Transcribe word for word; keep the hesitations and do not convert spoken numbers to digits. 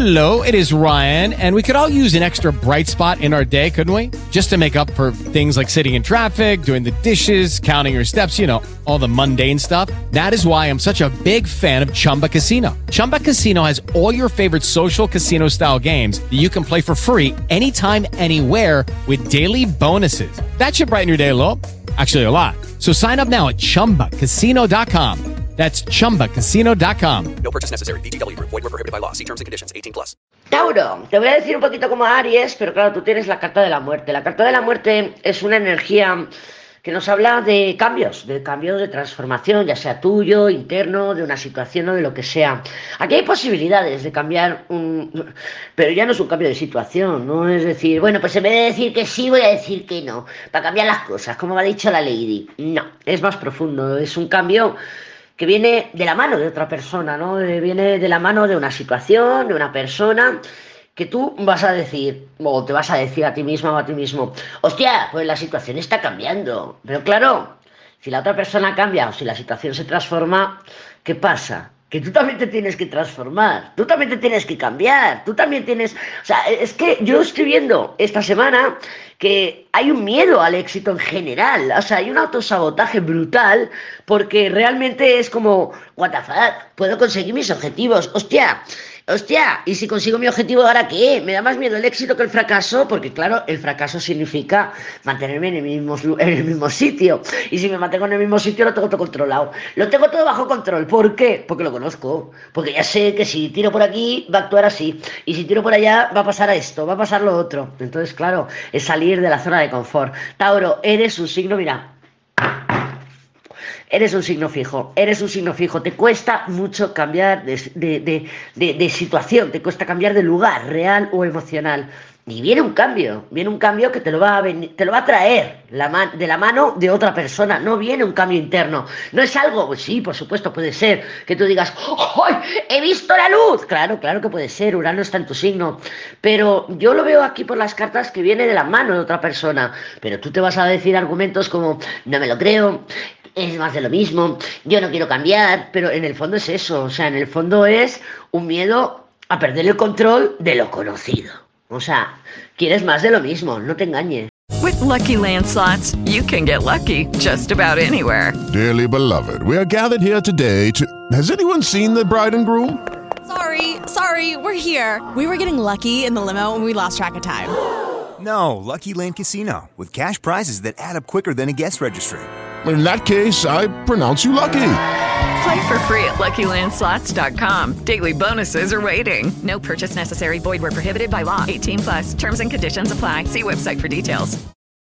Hello, it is Ryan, and we could all use an extra bright spot in our day, couldn't we? Just to make up for things like sitting in traffic, doing the dishes, counting your steps, you know, all the mundane stuff. That is why I'm such a big fan of Chumba Casino. Chumba Casino has all your favorite social casino-style games that you can play for free anytime, anywhere with daily bonuses. That should brighten your day a little. Actually, a lot. So sign up now at chumba casino dot com. That's chumba casino dot com. No purchase necessary. V G W Group. Void where prohibited by law. See terms and conditions. eighteen plus. Tauro, te voy a decir un poquito como Aries, pero claro, tú tienes la carta de la muerte. La carta de la muerte es una energía que nos habla de cambios, de cambios de transformación, ya sea tuyo, interno, de una situación o de lo que sea. Aquí hay posibilidades de cambiar, un... pero ya no es un cambio de situación, no es decir, bueno, pues en vez de decir que sí, voy a decir que no, para cambiar las cosas, como me ha dicho la Lady. No, es más profundo, es un cambio que viene de la mano de otra persona, ¿no? Viene de la mano de una situación, de una persona, que tú vas a decir, o te vas a decir a ti misma o a ti mismo, hostia, pues la situación está cambiando. Pero claro, si la otra persona cambia o si la situación se transforma, ¿qué pasa? Que tú también te tienes que transformar, tú también te tienes que cambiar, tú también tienes... O sea, es que yo estoy viendo esta semana que hay un miedo al éxito en general, o sea, hay un autosabotaje brutal porque realmente es como, what the fuck, puedo conseguir mis objetivos, hostia... Hostia, ¿y si consigo mi objetivo ahora qué? Me da más miedo el éxito que el fracaso, porque claro, el fracaso significa mantenerme en el mismo, en el mismo sitio. Y si me mantengo en el mismo sitio lo tengo todo controlado. Lo tengo todo bajo control. ¿Por qué? Porque lo conozco. Porque ya sé que si tiro por aquí va a actuar así. Y si tiro por allá va a pasar esto, va a pasar lo otro. Entonces, claro, es salir de la zona de confort. Tauro, eres un signo, mira... Eres un signo fijo, eres un signo fijo, te cuesta mucho cambiar de, de, de, de, de situación, te cuesta cambiar de lugar, real o emocional. Y viene un cambio, viene un cambio que te lo va a, venir, te lo va a traer la man, de la mano de otra persona, no viene un cambio interno. No es algo, pues sí, por supuesto, puede ser que tú digas, ¡oh, he visto la luz! Claro, claro que puede ser, Urano está en tu signo. Pero yo lo veo aquí por las cartas que viene de la mano de otra persona. Pero tú te vas a decir argumentos como, no me lo creo, es más de lo mismo, yo no quiero cambiar, pero en el fondo es eso, o sea, en el fondo es un miedo a perder el control de lo conocido. O sea, quieres más de lo mismo, no te engañes. With Lucky Land Slots, you can get lucky just about anywhere. Dearly beloved, we are gathered here today to... Has anyone seen the bride and groom? Sorry, sorry, we're here. We were getting lucky in the limo and we lost track of time. No, Lucky Land Casino, with cash prizes that add up quicker than a guest registry. In that case, I pronounce you lucky. Play for free at lucky land slots dot com. Daily bonuses are waiting. No purchase necessary. Void where prohibited by law. eighteen plus. Terms and conditions apply. See website for details.